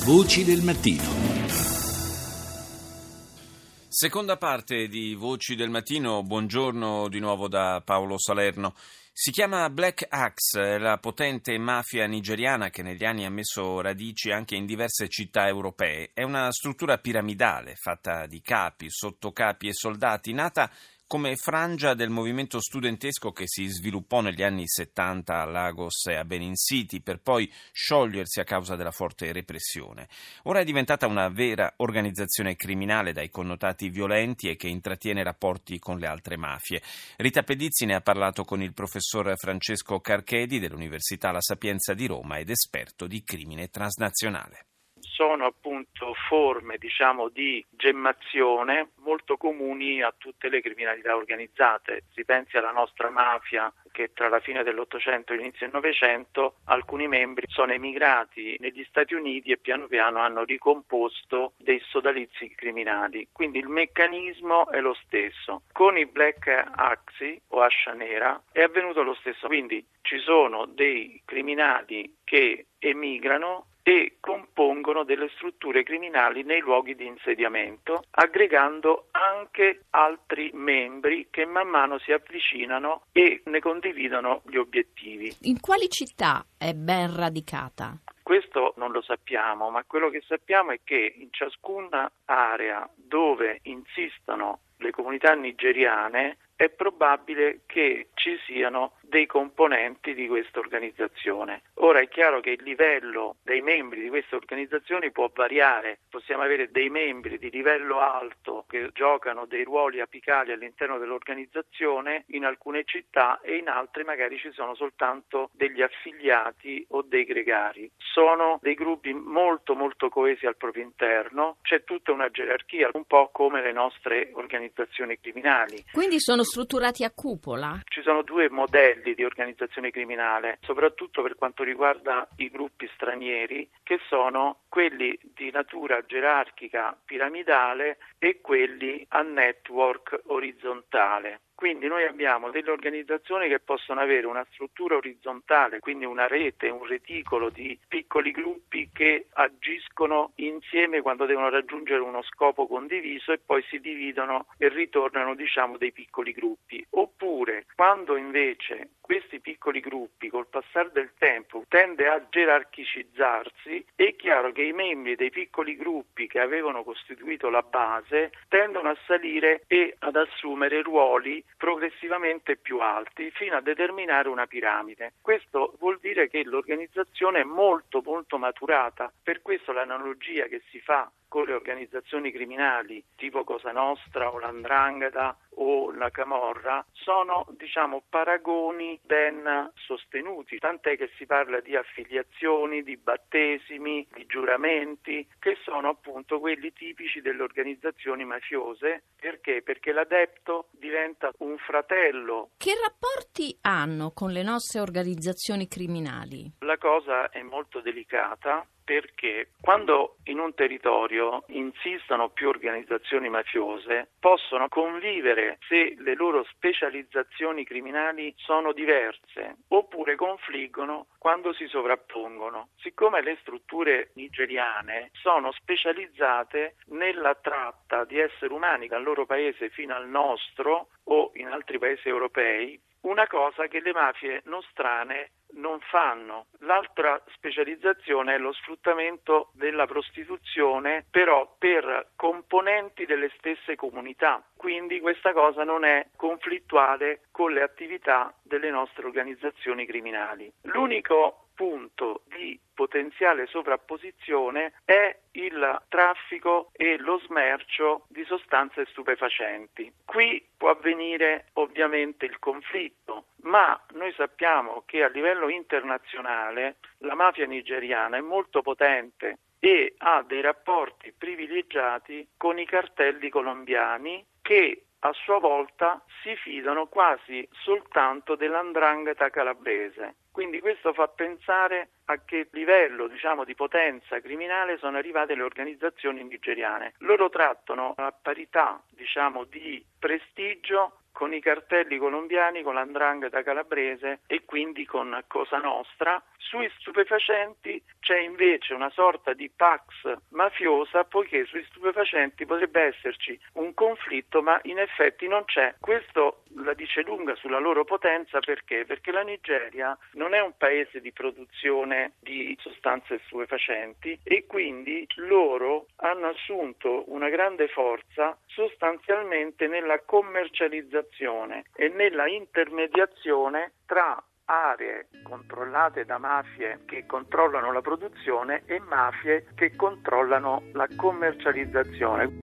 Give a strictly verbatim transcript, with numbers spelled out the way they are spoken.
Voci del mattino. Seconda parte di Voci del Mattino, buongiorno di nuovo da Paolo Salerno. Si chiama Black Axe, è la potente mafia nigeriana che negli anni ha messo radici anche in diverse città europee. È una struttura piramidale fatta di capi, sottocapi e soldati, nata come frangia del movimento studentesco che si sviluppò negli anni settanta a Lagos e a Benin City per poi sciogliersi a causa della forte repressione. Ora è diventata una vera organizzazione criminale dai connotati violenti e che intrattiene rapporti con le altre mafie. Rita Pedizzi ne ha parlato con il professor Francesco Carchedi dell'Università La Sapienza di Roma ed esperto di crimine transnazionale. Sono appunto forme, diciamo, di gemmazione molto comuni a tutte le criminalità organizzate. Si pensi alla nostra mafia che tra la fine dell'Ottocento e l'inizio del Novecento alcuni membri sono emigrati negli Stati Uniti e piano piano hanno ricomposto dei sodalizi criminali. Quindi il meccanismo è lo stesso. Con i Black Axe o Ascia Nera è avvenuto lo stesso. Quindi ci sono dei criminali che emigrano e compongono delle strutture criminali nei luoghi di insediamento, aggregando anche altri membri che man mano si avvicinano e ne condividono gli obiettivi. In quali città è ben radicata? Questo non lo sappiamo, ma quello che sappiamo è che in ciascuna area dove insistono le comunità nigeriane è probabile che ci siano dei componenti di questa organizzazione. Ora è chiaro che il livello dei membri di queste organizzazioni può variare, possiamo avere dei membri di livello alto che giocano dei ruoli apicali all'interno dell'organizzazione in alcune città e in altre magari ci sono soltanto degli affiliati o dei gregari. Sono dei gruppi molto molto coesi al proprio interno, c'è tutta una gerarchia, un po' come le nostre organizzazioni criminali. Quindi sono strutturati a cupola? Ci sono due modelli di organizzazione criminale, soprattutto per quanto riguarda i gruppi stranieri, che sono quelli di natura gerarchica piramidale e quelli a network orizzontale. Quindi noi abbiamo delle organizzazioni che possono avere una struttura orizzontale, quindi una rete, un reticolo di piccoli gruppi che agiscono insieme quando devono raggiungere uno scopo condiviso e poi si dividono e ritornano, diciamo, dei piccoli gruppi. Oppure quando invece questi piccoli gruppi col passare del tempo tende a gerarchicizzarsi, è chiaro che i membri dei piccoli gruppi che avevano costituito la base tendono a salire e ad assumere ruoli progressivamente più alti fino a determinare una piramide. Questo vuol dire che l'organizzazione è molto molto maturata, per questo l'analogia che si fa con le organizzazioni criminali tipo Cosa Nostra o l'Andrangheta o la Camorra sono, diciamo, paragoni ben sostenuti, tant'è che si parla di affiliazioni, di battesimi, di giuramenti, che sono appunto quelli tipici delle organizzazioni mafiose. Perché? Perché l'adepto diventa un fratello. Che rapporti hanno con le nostre organizzazioni criminali? La cosa è molto delicata, perché quando in un territorio insistono più organizzazioni mafiose possono convivere se le loro specializzazioni criminali sono diverse, oppure confliggono quando si sovrappongono. Siccome le strutture nigeriane sono specializzate nella tratta di esseri umani dal loro paese fino al nostro o in altri paesi europei, una cosa che le mafie nostrane non fanno. L'altra specializzazione è lo sfruttamento della prostituzione, però per componenti delle stesse comunità. Quindi questa cosa non è conflittuale con le attività delle nostre organizzazioni criminali. L'unico punto di potenziale sovrapposizione è il traffico e lo smercio di sostanze stupefacenti. Qui può avvenire ovviamente il conflitto, ma noi sappiamo che a livello internazionale la mafia nigeriana è molto potente e ha dei rapporti privilegiati con i cartelli colombiani che a sua volta si fidano quasi soltanto dell'Andrangheta calabrese. Quindi questo fa pensare a che livello, diciamo, di potenza criminale sono arrivate le organizzazioni nigeriane. Loro trattano a parità, diciamo, di prestigio con i cartelli colombiani, con l'Andrangheta calabrese e quindi con Cosa Nostra. Sui stupefacenti c'è invece una sorta di pax mafiosa, poiché sui stupefacenti potrebbe esserci un conflitto, ma in effetti non c'è. Questo la dice lunga sulla loro potenza. Perché? Perché la Nigeria non è un paese di produzione di sostanze stupefacenti e quindi loro hanno assunto una grande forza sostanzialmente nella commercializzazione e nella intermediazione tra aree controllate da mafie che controllano la produzione e mafie che controllano la commercializzazione.